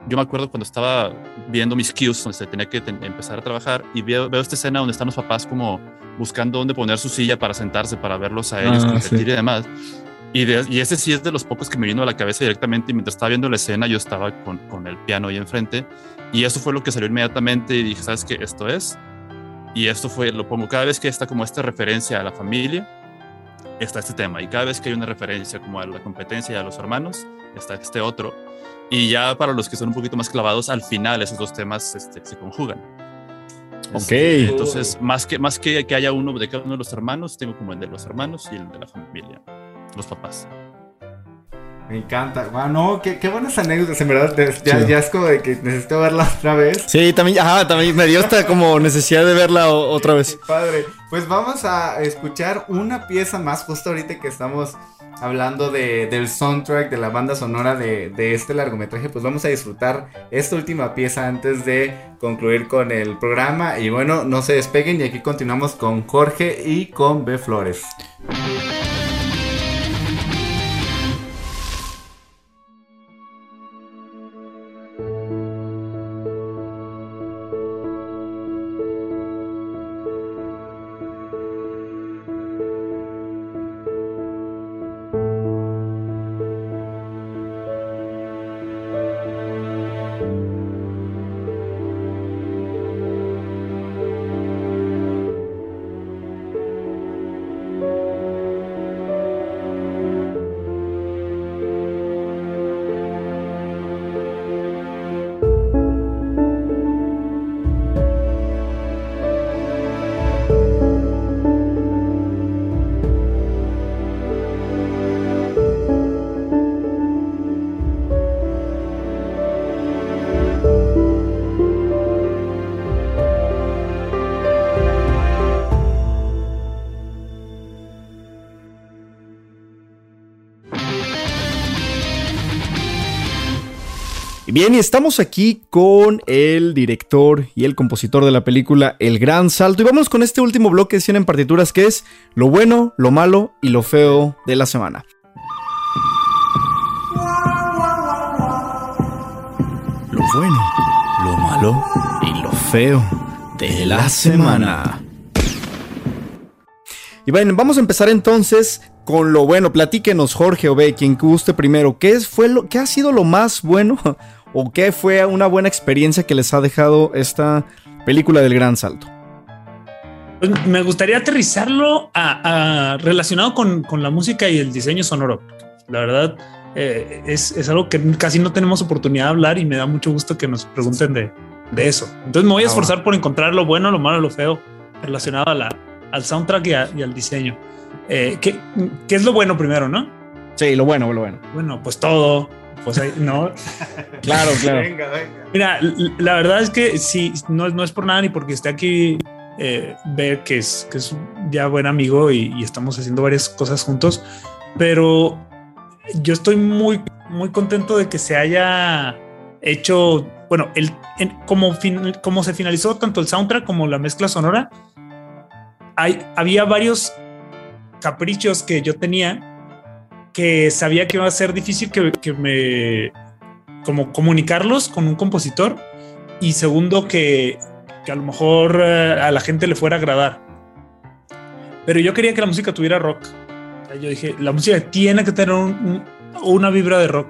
yo me acuerdo cuando estaba viendo mis cues, donde se tenía que ten- empezar a trabajar, y veo, veo esta escena donde están los papás como buscando dónde poner su silla para sentarse, para verlos a ellos Ah, competir sí. y demás. Y, de- y ese sí es de los pocos que me vino a la cabeza directamente, y mientras estaba viendo la escena yo estaba con, con el piano ahí enfrente, y eso fue lo que salió inmediatamente, y dije, ¿sabes qué? Esto es. Y esto fue, lo pongo cada vez que está como esta referencia a la familia, está este tema, y cada vez que hay una referencia como a la competencia y a los hermanos, está este otro. Y ya para los que son un poquito más clavados, al final esos dos temas este, se conjugan. Ok. Este, entonces, más que, más que que haya uno de cada uno de los hermanos, tengo como el de los hermanos y el de la familia, los papás. Me encanta. Wow, no, qué, qué buenas anécdotas, en verdad. de- Ya, Sí. ya es como de que necesito verla otra vez. Sí, también, ajá, también me dio esta como necesidad de verla o- otra vez. Qué padre. Pues vamos a escuchar una pieza más, justo ahorita que estamos hablando de, del soundtrack, de la banda sonora de, de este largometraje. Pues vamos a disfrutar esta última pieza antes de concluir con el programa. Y bueno, no se despeguen y aquí continuamos con Jorge y con B. Flores. Bien, y estamos aquí con el director y el compositor de la película El Gran Salto. Y vamos con este último bloque de cine en partituras, que es lo bueno, lo malo y lo feo de la semana. Lo bueno, lo malo y lo feo de la semana. Y bueno, vamos a empezar entonces con lo bueno. Platíquenos, Jorge o B, quien guste primero. ¿Qué, es, fue lo, ¿Qué ha sido lo más bueno o qué fue una buena experiencia que les ha dejado esta película del Gran Salto? Pues me gustaría aterrizarlo a, a relacionado con, con la música y el diseño sonoro. La verdad, eh, es, es algo que casi no tenemos oportunidad de hablar y me da mucho gusto que nos pregunten de, de eso. Entonces me voy a esforzar por encontrar lo bueno, lo malo, lo feo relacionado a la, al soundtrack y, a, y al diseño. Eh, ¿qué, ¿Qué es lo bueno primero, no? Sí, lo bueno, lo bueno. Bueno, pues todo. Pues ahí, no. Claro, claro. Venga, venga. Mira, l- la verdad es que sí, no, es- no es por nada ni porque esté aquí eh, ver que es, que es ya buen amigo y, y estamos haciendo varias cosas juntos, pero yo estoy muy, muy contento de que se haya hecho, bueno, el, en- como, fin- como se finalizó tanto el soundtrack como la mezcla sonora, hay, había varios caprichos que yo tenía que sabía que iba a ser difícil que, que me como comunicarlos con un compositor, y segundo que, que a lo mejor eh, a la gente le fuera a agradar, pero yo quería que la música tuviera rock. O sea, yo dije, la música tiene que tener un, un, una vibra de rock.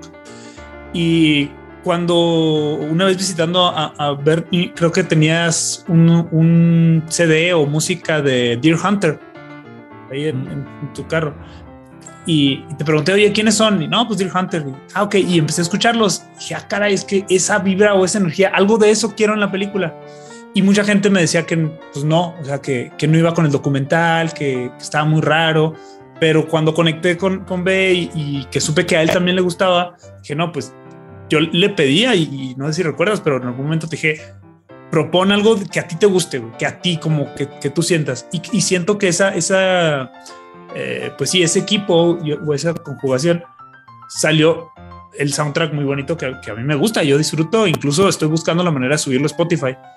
Y cuando una vez visitando a, a Bernie, creo que tenías un, un C D o música de Deer Hunter ahí en, en, en tu carro. Y, y te pregunté, oye, ¿quiénes son? Y no, pues Deer Hunter. Y, ah, ok. Y empecé a escucharlos. Y dije, ah, caray, es que esa vibra o esa energía, algo de eso quiero en la película. Y mucha gente me decía que pues no, o sea, que, que no iba con el documental, que, que estaba muy raro. Pero cuando conecté con, con B y, y que supe que a él también le gustaba, dije, no, pues yo le pedía y, y no sé si recuerdas, pero en algún momento te dije, propon algo que a ti te guste, que a ti como que, que tú sientas. Y, y siento que esa, esa eh, pues sí, ese equipo o esa conjugación salió el soundtrack muy bonito que, que a mí me gusta, yo disfruto, incluso estoy buscando la manera de subirlo a Spotify.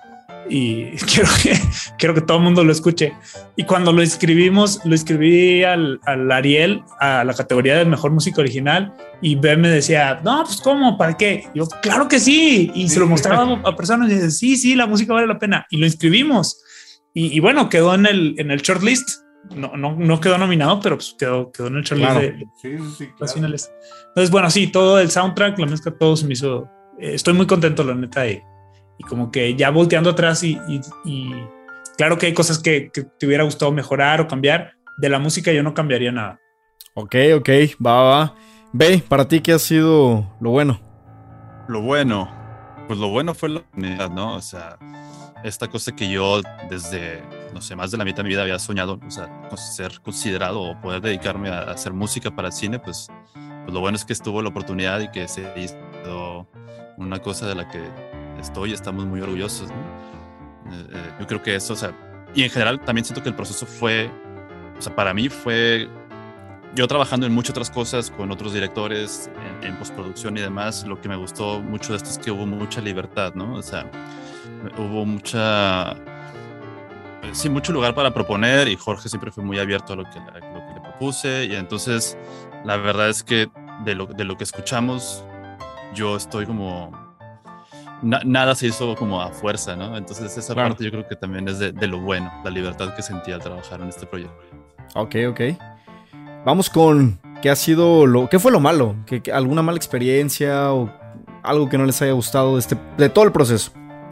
y quiero que, quiero que todo el mundo lo escuche. Y cuando lo escribimos, lo escribí al, al Ariel, a la categoría de mejor música original, y Ben me decía, no, pues ¿cómo? ¿Para qué? Y yo, claro que sí. Y se lo mostraba a personas y decían, sí, sí, la música vale la pena. Y lo inscribimos. Y, y bueno, quedó en el, en el shortlist. No, no, no quedó nominado, pero pues quedó, quedó en el shortlist Claro. de Sí, sí, sí, las claro. finales. Entonces, bueno, sí, todo el soundtrack, la mezcla, todo se me hizo. Eh, estoy muy contento, la neta. Y, y como que ya volteando atrás, y, y, y claro que hay cosas que, que te hubiera gustado mejorar o cambiar. De la música, yo no cambiaría nada. Ok, ok, va, va. Ve, para ti, ¿qué ha sido lo bueno? Lo bueno, pues lo bueno fue la oportunidad, ¿no? O sea, esta cosa que yo desde, no sé, más de la mitad de mi vida había soñado, o sea, ser considerado o poder dedicarme a hacer música para cine, pues, pues lo bueno es que estuvo la oportunidad y que se hizo una cosa de la que estoy y estamos muy orgullosos, ¿no? Eh, eh, yo creo que eso, o sea, y en general también siento que el proceso fue, o sea, para mí fue yo trabajando en muchas otras cosas con otros directores en, en postproducción y demás. Lo que me gustó mucho de esto es que hubo mucha libertad, ¿no? O sea, hubo mucha, sí, mucho lugar para proponer, y Jorge siempre fue muy abierto a lo que, a lo que le propuse, y entonces la verdad es que de lo, de lo que escuchamos yo estoy como na, nada se hizo como a fuerza, ¿no? Entonces esa Claro. parte yo creo que también es de, de lo bueno, la libertad que sentí al trabajar en este proyecto. Ok, ok. Vamos con qué ha sido lo, qué fue lo malo, ¿Qué, qué- alguna mala experiencia o algo que no les haya gustado de este, de todo el proceso.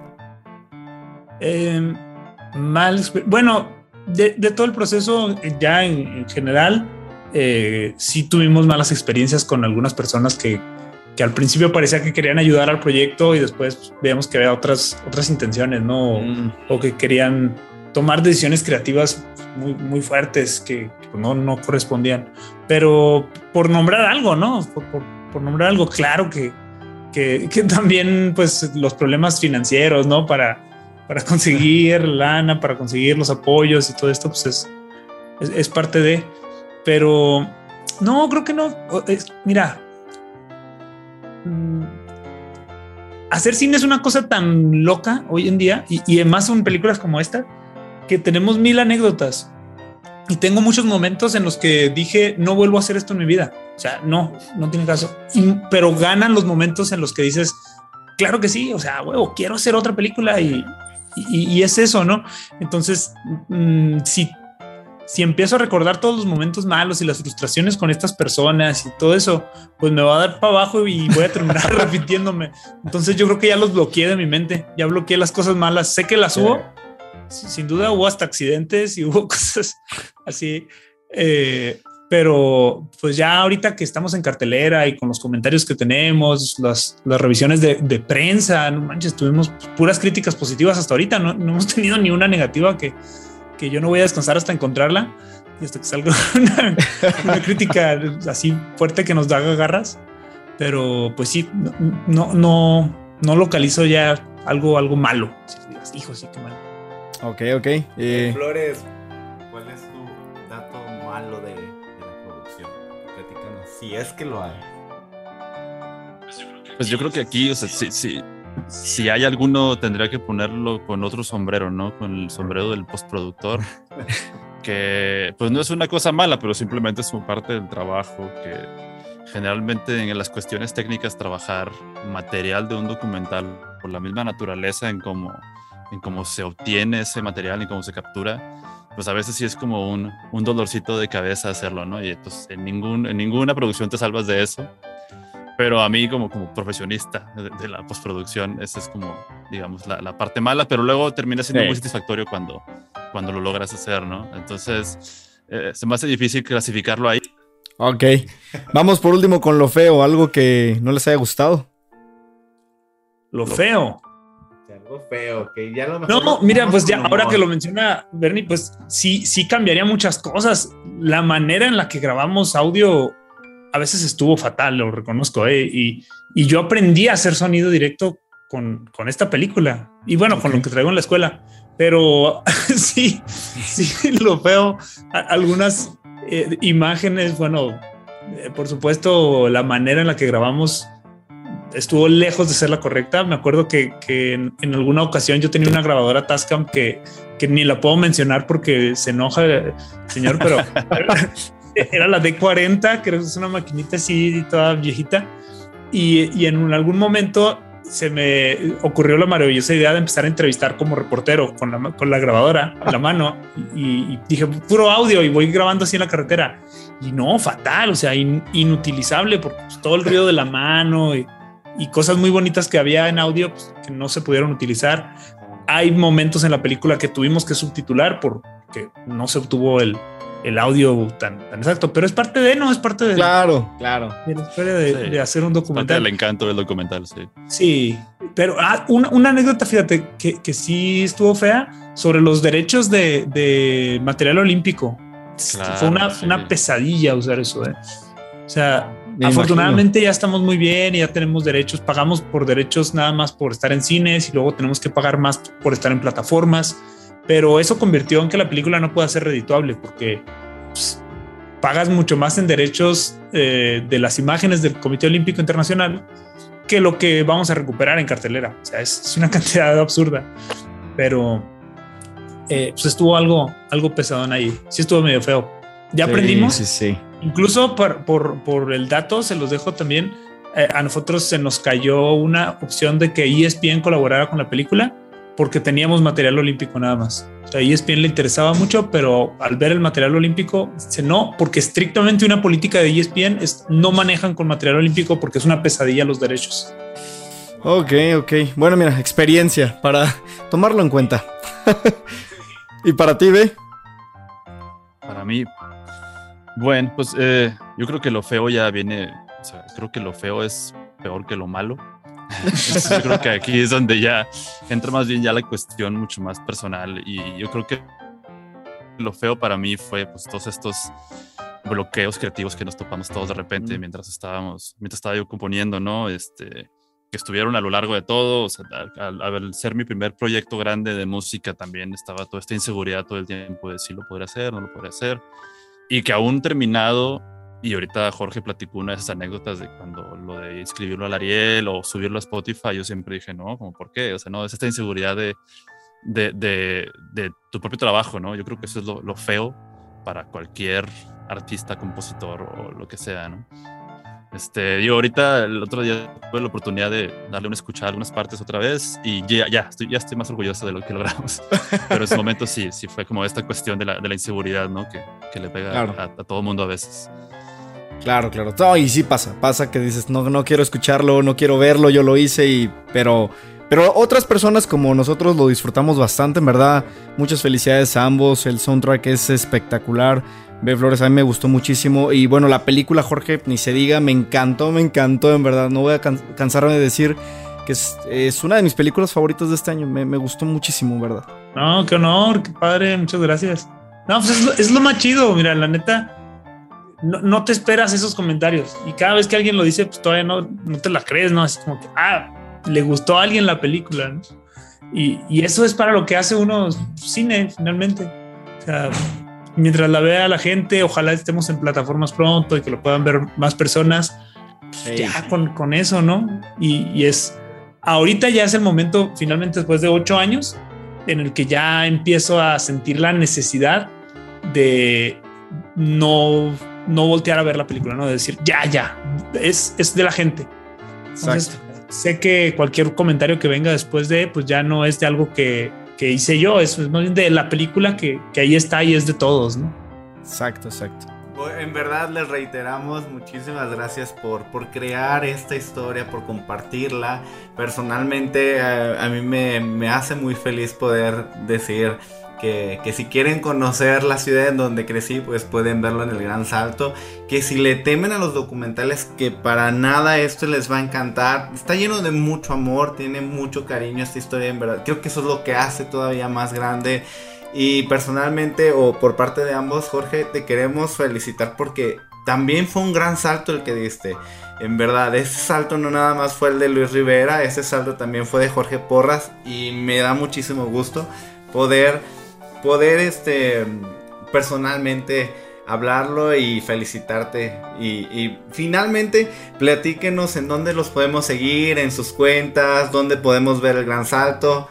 Eh, mal, bueno, de, de todo el proceso, ya en, en general, eh, sí tuvimos malas experiencias con algunas personas que, que al principio parecía que querían ayudar al proyecto y después pues, veíamos que había otras, otras intenciones, ¿no? Mm. O que querían tomar decisiones creativas muy, muy fuertes que, que no, no correspondían. Pero por nombrar algo, ¿no? Por, por, por nombrar algo, claro que, que, que también pues los problemas financieros, ¿no? Para, para conseguir lana, para conseguir los apoyos y todo esto, pues es, es, es parte de... Pero no, creo que no. Es, mira, hacer cine es una cosa tan loca hoy en día, y, y además son películas como esta, que tenemos mil anécdotas. Y tengo muchos momentos en los que dije, no vuelvo a hacer esto en mi vida. O sea, no, no tiene caso. Y, pero ganan los momentos en los que dices, claro que sí, o sea, huevo, quiero hacer otra película, y, y, y es eso, ¿no? Entonces, mmm, si, si empiezo a recordar todos los momentos malos y las frustraciones con estas personas y todo eso, pues me va a dar para abajo y voy a terminar repitiéndome. Entonces yo creo que ya los bloqueé de mi mente, ya bloqueé las cosas malas, sé que las hubo. Sin duda hubo hasta accidentes y hubo cosas así, eh, pero pues ya ahorita que estamos en cartelera y con los comentarios que tenemos, las, las revisiones de, de prensa, no manches, tuvimos puras críticas positivas hasta ahorita, no, no hemos tenido ni una negativa que, que yo no voy a descansar hasta encontrarla y hasta que salga una, una crítica así fuerte que nos da garras, pero pues sí, no, no, no, no localizo ya algo, algo malo. Hijo, sí, qué malo. Ok, ok. Eh, Flores, ¿cuál es tu dato malo de, de la producción? Platícanos, si es que lo hay. Pues yo creo que aquí, o sea, si, si, si hay alguno, tendría que ponerlo con otro sombrero, ¿no? Con el sombrero del postproductor, que pues no es una cosa mala, pero simplemente es como parte del trabajo, que generalmente en las cuestiones técnicas trabajar material de un documental por la misma naturaleza en cómo, en cómo se obtiene ese material y cómo se captura, pues a veces sí es como un, un dolorcito de cabeza hacerlo, ¿no? Y pues en, ningún, en ninguna producción te salvas de eso. Pero a mí como, como profesionista de, de la postproducción, esa es como, digamos, la, la parte mala, pero luego termina siendo Sí. muy satisfactorio cuando, cuando lo logras hacer, ¿no? Entonces, eh, se me hace difícil clasificarlo ahí. ok. Vamos por último con lo feo, algo que no les haya gustado. Lo feo. Algo feo, que ya lo mejor. No, lo mira, tomamos pues con ya ahora humor. que lo menciona Bernie, pues sí, sí cambiaría muchas cosas. La manera en la que grabamos audio a veces estuvo fatal, lo reconozco, ¿eh? y, y yo aprendí a hacer sonido directo con, con esta película y bueno, okay. con lo que traigo en la escuela, pero sí, sí, lo feo. A, algunas eh, imágenes, bueno, eh, por supuesto, la manera en la que grabamos estuvo lejos de ser la correcta. Me acuerdo que, que en, en alguna ocasión yo tenía una grabadora Tascam que, que ni la puedo mencionar porque se enoja el señor, pero era, era la D cuarenta, que es una maquinita así toda viejita. Y, y en un, algún momento se me ocurrió la maravillosa idea de empezar a entrevistar como reportero con la, con la grabadora en la mano y, y dije puro audio y voy grabando así en la carretera y no, fatal, o sea, in, inutilizable porque pues, todo el ruido de la mano y, y cosas muy bonitas que había en audio pues, que no se pudieron utilizar. Hay momentos en la película que tuvimos que subtitular porque no se obtuvo el el audio tan, tan exacto, pero es parte de, no, es parte de, claro, claro. de la historia de, sí. de hacer un documental. Es parte del encanto del documental, sí. Sí, pero ah, una, una anécdota, fíjate, que, que sí estuvo fea sobre los derechos de, de material olímpico. Claro, fue una, sí. una pesadilla usar eso. ¿eh? O sea, me afortunadamente imagino. Ya estamos muy bien y ya tenemos derechos, pagamos por derechos nada más por estar en cines y luego tenemos que pagar más por estar en plataformas. Pero eso convirtió en que la película no pueda ser redituable porque pues, pagas mucho más en derechos eh, de las imágenes del Comité Olímpico Internacional que lo que vamos a recuperar en cartelera. O sea, es, es una cantidad absurda. Pero eh, pues estuvo algo, algo pesadón ahí. Sí estuvo medio feo. Ya sí, aprendimos. Sí, sí. Incluso por, por, por el dato, se los dejo también. Eh, a nosotros se nos cayó una opción de que E S P N colaborara con la película porque teníamos material olímpico nada más. O sea, a E S P N le interesaba mucho, pero al ver el material olímpico, se no, porque estrictamente una política de E S P N es no manejan con material olímpico porque es una pesadilla los derechos. Ok, ok. Bueno, mira, experiencia para tomarlo en cuenta. ¿Y para ti, Be? Para mí, bueno, pues eh, yo creo que lo feo ya viene, o sea, creo que lo feo es peor que lo malo. Yo creo que aquí es donde ya entra más bien ya la cuestión mucho más personal y yo creo que lo feo para mí fue pues todos estos bloqueos creativos que nos topamos todos de repente mm. mientras estábamos, mientras estaba yo componiendo, ¿no? Este, que estuvieron a lo largo de todo, o sea, al, al ser mi primer proyecto grande de música también estaba toda esta inseguridad todo el tiempo de si lo podría hacer, no lo podría hacer y que aún terminado. Y ahorita Jorge platicó una de esas anécdotas de cuando lo de escribirlo al Ariel o subirlo a Spotify, yo siempre dije, no, como ¿por qué? O sea, no, es esta inseguridad de, de, de, de tu propio trabajo, ¿no? Yo creo que eso es lo, lo feo para cualquier artista, compositor o lo que sea, ¿no? Este, yo ahorita el otro día tuve la oportunidad de darle una escuchada a algunas partes otra vez y ya, ya, estoy, ya estoy más orgulloso de lo que logramos. Pero en ese momento sí, sí fue como esta cuestión de la, de la inseguridad, ¿no? Que, que le pega claro. a, a todo mundo a veces. Claro, claro. No, y sí pasa, pasa que dices, no, no quiero escucharlo, no quiero verlo, yo lo hice, y pero, pero otras personas como nosotros lo disfrutamos bastante, en verdad. Muchas felicidades a ambos, el soundtrack es espectacular. Be Flores, a mí me gustó muchísimo. Y bueno, la película, Jorge, ni se diga, me encantó, me encantó, en verdad. No voy a can- cansarme de decir que es, es una de mis películas favoritas de este año. Me, me gustó muchísimo, en verdad. No, qué honor, qué padre, muchas gracias. No, pues es lo, es lo más chido, mira, la neta. No, no te esperas esos comentarios y cada vez que alguien lo dice pues todavía no, no te la crees, ¿no? Es como que, ah, le gustó a alguien la película, ¿no? Y, y eso es para lo que hace uno cine finalmente. O sea, mientras la vea la gente, ojalá estemos en plataformas pronto y que lo puedan ver más personas. Hey. Ya con, con eso, ¿no? Y, y es, ahorita ya es el momento, finalmente después de ocho años, en el que ya empiezo a sentir la necesidad de no... no voltear a ver la película, no de decir ya, ya, es, es de la gente. Entonces, sé que cualquier comentario que venga después de, pues ya no es de algo que, que hice yo, es, es más bien de la película que, que ahí está y es de todos, ¿no? Exacto, exacto. En verdad les reiteramos muchísimas gracias por, por crear esta historia, por compartirla. Personalmente a, a mí me, me hace muy feliz poder decir Que, que si quieren conocer la ciudad en donde crecí, pues pueden verlo en el Gran Salto. Que si le temen a los documentales, que para nada esto les va a encantar. Está lleno de mucho amor, tiene mucho cariño esta historia, en verdad. Creo que eso es lo que hace todavía más grande. Y personalmente, o por parte de ambos, Jorge, te queremos felicitar porque también fue un gran salto el que diste. En verdad, ese salto no nada más fue el de Luis Rivera, ese salto también fue de Jorge Porras. Y me da muchísimo gusto poder... poder este personalmente hablarlo y felicitarte. Y, y finalmente, platíquenos en dónde los podemos seguir, en sus cuentas, dónde podemos ver El Gran Salto.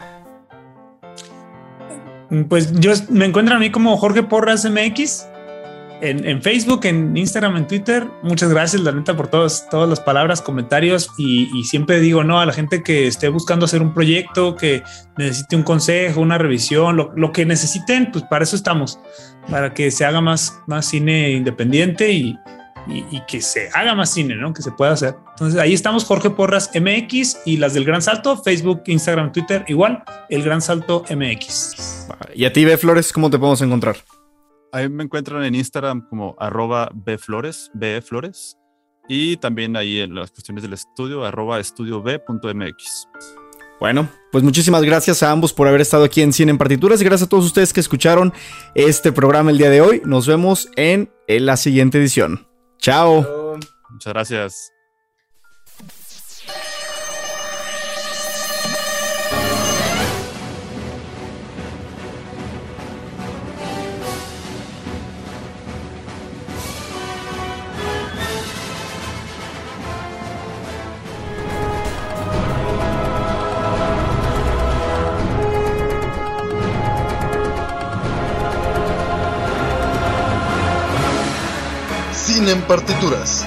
Pues yo me encuentran a mí como Jorge Porras M X en, en Facebook, en Instagram, en Twitter. Muchas gracias, la neta, por todas, todas las palabras, comentarios y, y siempre digo no a la gente que esté buscando hacer un proyecto, que necesite un consejo, una revisión, lo, lo que necesiten, pues para eso estamos, para que se haga más, más cine independiente y, y, y que se haga más cine, ¿no? Que se pueda hacer. Entonces ahí estamos, Jorge Porras M X, y las del Gran Salto, Facebook, Instagram, Twitter, igual, El Gran Salto M X. Y a ti, B. Flores, ¿cómo te podemos encontrar? Ahí me encuentran en Instagram como arroba bflores, bflores, y también ahí en las cuestiones del estudio, arroba estudio b punto m x. Bueno, pues muchísimas gracias a ambos por haber estado aquí en Cine en Partituras y gracias a todos ustedes que escucharon este programa el día de hoy. Nos vemos en, en la siguiente edición. Chao. Chao. Muchas gracias. Cine en Partituras.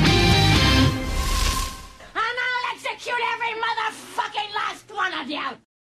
And I'll execute every motherfucking last one of you!